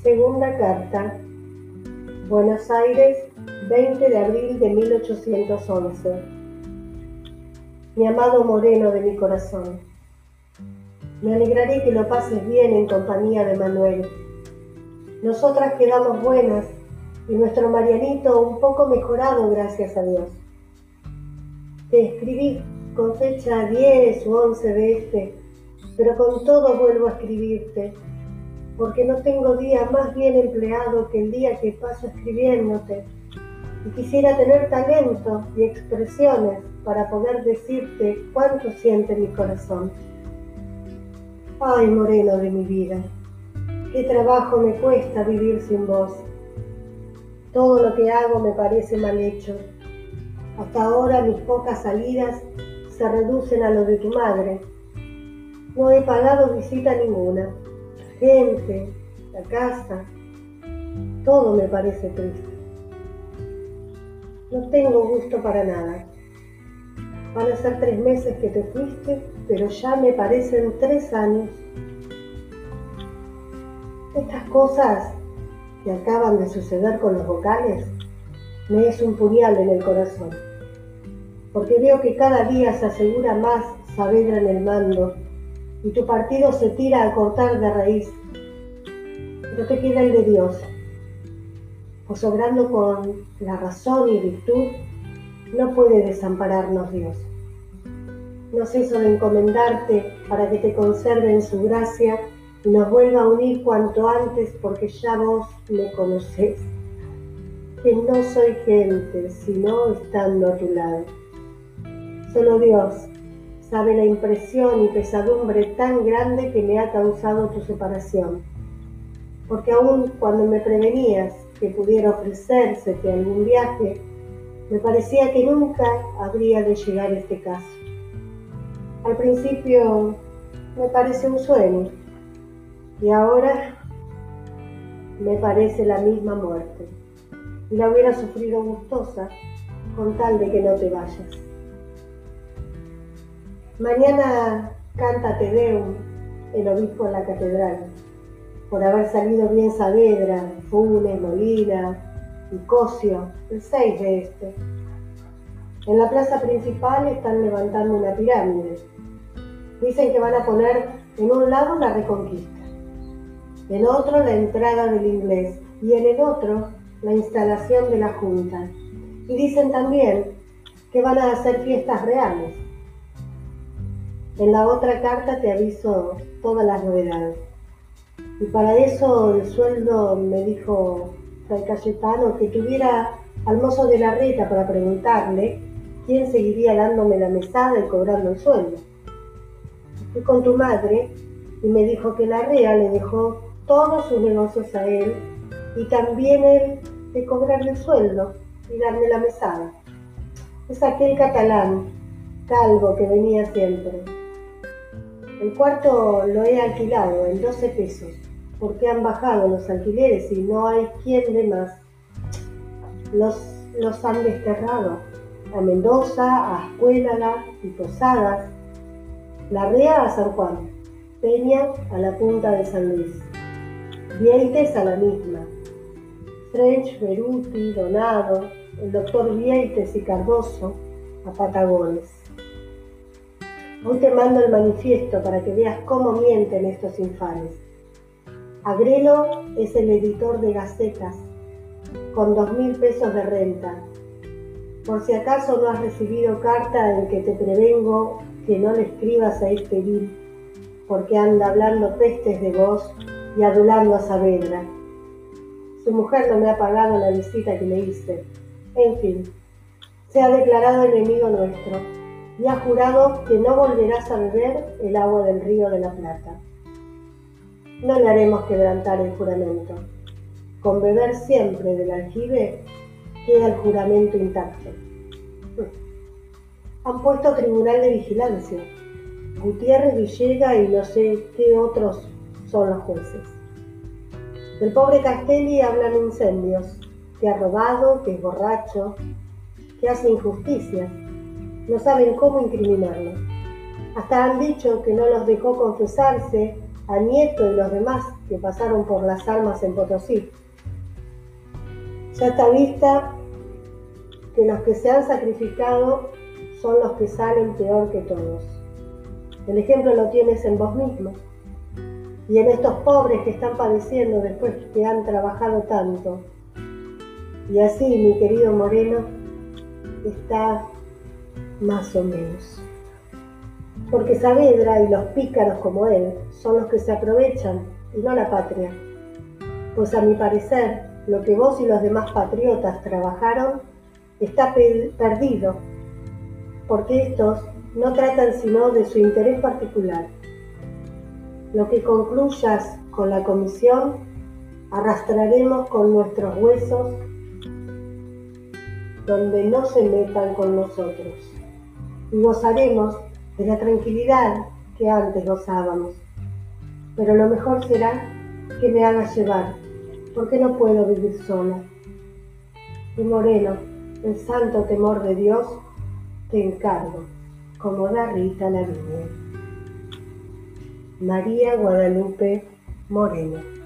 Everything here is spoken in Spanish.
Segunda carta. Buenos Aires, 20 de abril de 1811. Mi amado moreno de mi corazón, me alegraré que lo pases bien en compañía de Manuel. Nosotras quedamos buenas y nuestro Marianito un poco mejorado, gracias a Dios. Te escribí con fecha 10 o 11 de este, pero con todo vuelvo a escribirte, porque no tengo día más bien empleado que el día que paso escribiéndote, y quisiera tener talento y expresiones para poder decirte cuánto siente mi corazón. Ay, moreno de mi vida, qué trabajo me cuesta vivir sin vos. Todo lo que hago me parece mal hecho. Hasta ahora mis pocas salidas se reducen a lo de tu madre. No he pagado visita ninguna. Gente, la casa, todo me parece triste. No tengo gusto para nada. Van a ser 3 meses que te fuiste, pero ya me parecen 3 años. Estas cosas que acaban de suceder con los vocales me es un puñal en el corazón, porque veo que cada día se asegura más Saavedra en el mando y tu partido se tira a cortar de raíz. Pero te queda el de Dios, pues obrando con la razón y virtud, no puede desampararnos Dios. No ceso de encomendarte para que te conserve en su gracia y nos vuelva a unir cuanto antes, porque ya vos me conocés, que no soy gente, sino estando a tu lado. Solo Dios sabe la impresión y pesadumbre tan grande que me ha causado tu separación, porque aun cuando me prevenías que pudiera ofrecérsete algún viaje, me parecía que nunca habría de llegar este caso. Al principio me parece un sueño, y ahora me parece la misma muerte, y la hubiera sufrido gustosa con tal de que no te vayas. Mañana canta Te Deum el obispo en la catedral, por haber salido bien Saavedra, Funes, Molina y Cosio, el 6 de este. En la plaza principal están levantando una pirámide. Dicen que van a poner en un lado la Reconquista, en otro la entrada del inglés y en el otro la instalación de la Junta. Y dicen también que van a hacer fiestas reales. En la otra carta te aviso todas las novedades. Y para eso el sueldo, me dijo Fray Cayetano, que tuviera al mozo de la reta para preguntarle quién seguiría dándome la mesada y cobrando el sueldo. Fui con tu madre y me dijo que la rea le dejó todos sus negocios a él y también él de cobrarle el sueldo y darme la mesada. Es aquel catalán, calvo, que venía siempre. El cuarto lo he alquilado en 12 pesos, porque han bajado los alquileres y no hay quien dé más. Los han desterrado a Mendoza, a Ascuélaga y Posadas, La Rea a San Juan, Peña a la punta de San Luis, Vieites a la misma, French, Beruti, Donado, el doctor Vieites y Cardoso a Patagones. Hoy te mando el manifiesto para que veas cómo mienten estos infames. Agrelo es el editor de Gacetas, con 2.000 pesos de renta. Por si acaso no has recibido carta en que te prevengo que no le escribas a este vil, porque anda hablando pestes de vos y adulando a Saavedra. Su mujer no me ha pagado la visita que le hice. En fin, se ha declarado enemigo nuestro y ha jurado que no volverás a beber el agua del río de la Plata. No le haremos quebrantar el juramento. Con beber siempre del aljibe queda el juramento intacto. Han puesto tribunal de vigilancia. Gutiérrez, Villega y no sé qué otros son los jueces. Del pobre Castelli hablan incendios, que ha robado, que es borracho, que hace injusticias. No saben cómo incriminarlo. Hasta han dicho que no los dejó confesarse a Nieto y los demás que pasaron por las armas en Potosí. Ya está vista que los que se han sacrificado son los que salen peor que todos. El ejemplo lo tienes en vos mismo y en estos pobres que están padeciendo después que han trabajado tanto. Y así, mi querido Moreno, está más o menos. Porque Saavedra y los pícaros como él son los que se aprovechan y no la patria. Pues a mi parecer, lo que vos y los demás patriotas trabajaron está perdido, porque estos no tratan sino de su interés particular. Lo que concluyas con la comisión, arrastraremos con nuestros huesos donde no se metan con nosotros, y gozaremos de la tranquilidad que antes gozábamos. Pero lo mejor será que me hagas llevar, porque no puedo vivir sola. Y Moreno, el santo temor de Dios, te encargo, como da Rita la niña. María Guadalupe Moreno.